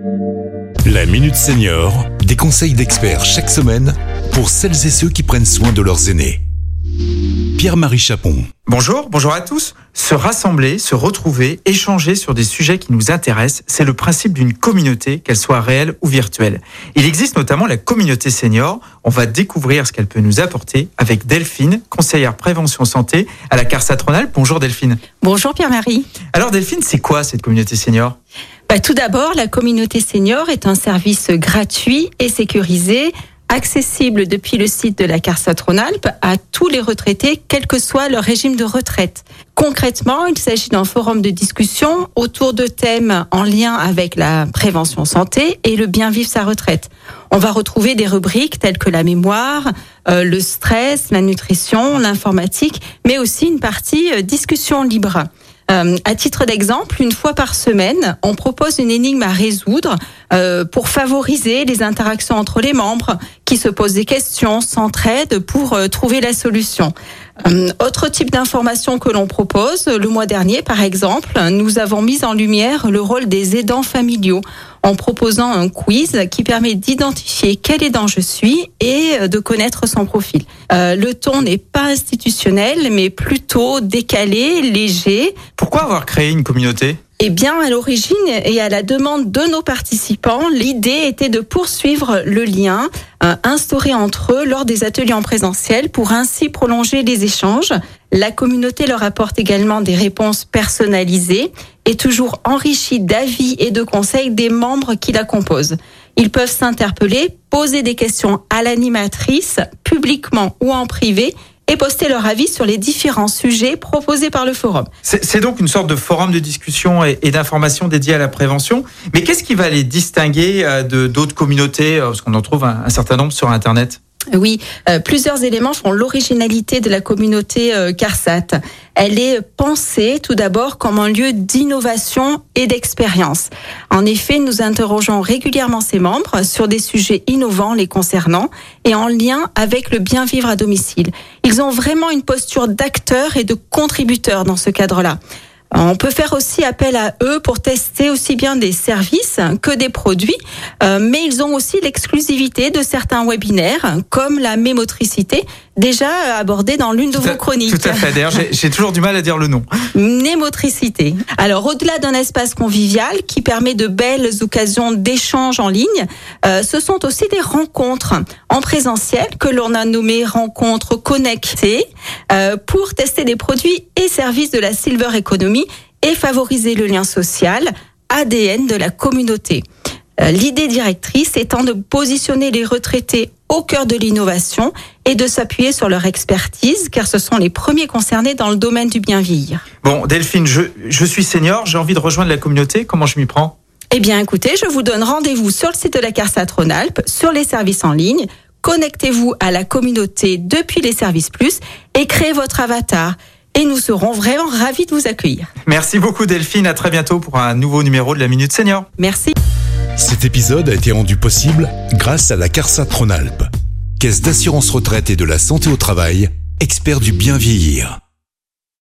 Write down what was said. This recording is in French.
La Minute Senior, des conseils d'experts chaque semaine pour celles et ceux qui prennent soin de leurs aînés. Pierre-Marie Chapon. Bonjour à tous. Se rassembler, se retrouver, échanger sur des sujets qui nous intéressent, c'est le principe d'une communauté, qu'elle soit réelle ou virtuelle. Il existe notamment la communauté senior. On va découvrir ce qu'elle peut nous apporter avec Delphine, conseillère prévention santé à la CARSAT Rhône-Alpes. Bonjour Delphine. Bonjour Pierre-Marie. Alors Delphine, c'est quoi cette communauté senior ? Tout d'abord, la communauté senior est un service gratuit et sécurisé, accessible depuis le site de la CARSAT Rhône-Alpes à tous les retraités, quel que soit leur régime de retraite. Concrètement, il s'agit d'un forum de discussion autour de thèmes en lien avec la prévention santé et le bien vivre sa retraite. On va retrouver des rubriques telles que la mémoire, le stress, la nutrition, l'informatique, mais aussi une partie discussion libre. À titre d'exemple, une fois par semaine, on propose une énigme à résoudre pour favoriser les interactions entre les membres qui se posent des questions, s'entraident pour trouver la solution. Autre type d'information que l'on propose, le mois dernier par exemple, nous avons mis en lumière le rôle des aidants familiaux en proposant un quiz qui permet d'identifier quel aidant je suis et de connaître son profil. Le ton n'est pas institutionnel, mais plutôt décalé, léger. Pourquoi avoir créé une communauté ? Eh bien, à l'origine et à la demande de nos participants, l'idée était de poursuivre le lien instauré entre eux lors des ateliers en présentiel pour ainsi prolonger les échanges. La communauté leur apporte également des réponses personnalisées et toujours enrichies d'avis et de conseils des membres qui la composent. Ils peuvent s'interpeller, poser des questions à l'animatrice, publiquement ou en privé, et poster leur avis sur les différents sujets proposés par le forum. C'est donc une sorte de forum de discussion et d'information dédié à la prévention. Mais qu'est-ce qui va les distinguer d'autres communautés, parce qu'on en trouve un certain nombre sur Internet ? Oui, plusieurs éléments font l'originalité de la communauté CARSAT. Elle est pensée tout d'abord comme un lieu d'innovation et d'expérience. En effet, nous interrogeons régulièrement ses membres sur des sujets innovants les concernant et en lien avec le bien vivre à domicile. Ils ont vraiment une posture d'acteurs et de contributeurs dans ce cadre-là. On peut faire aussi appel à eux pour tester aussi bien des services que des produits, mais ils ont aussi l'exclusivité de certains webinaires, comme la mémotricité, déjà abordée dans l'une de vos chroniques. Tout à fait, d'ailleurs j'ai toujours du mal à dire le nom. Mémotricité. Alors au-delà d'un espace convivial qui permet de belles occasions d'échange en ligne, ce sont aussi des rencontres en présentiel que l'on a nommées rencontres connectées pour tester des produits et services de la Silver Economy et favoriser le lien social, ADN de la communauté. L'idée directrice étant de positionner les retraités au cœur de l'innovation et de s'appuyer sur leur expertise, car ce sont les premiers concernés dans le domaine du bien vieillir. Bon, Delphine, je suis senior, j'ai envie de rejoindre la communauté, comment je m'y prends ? Eh bien, écoutez, je vous donne rendez-vous sur le site de la CARSAT Rhône-Alpes, sur les services en ligne. Connectez-vous à la communauté depuis les services plus et créez votre avatar. Et nous serons vraiment ravis de vous accueillir. Merci beaucoup Delphine, à très bientôt pour un nouveau numéro de la Minute Senior. Merci. Cet épisode a été rendu possible grâce à la CARSAT Rhône-Alpes, Caisse d'assurance retraite et de la santé au travail, expert du bien vieillir.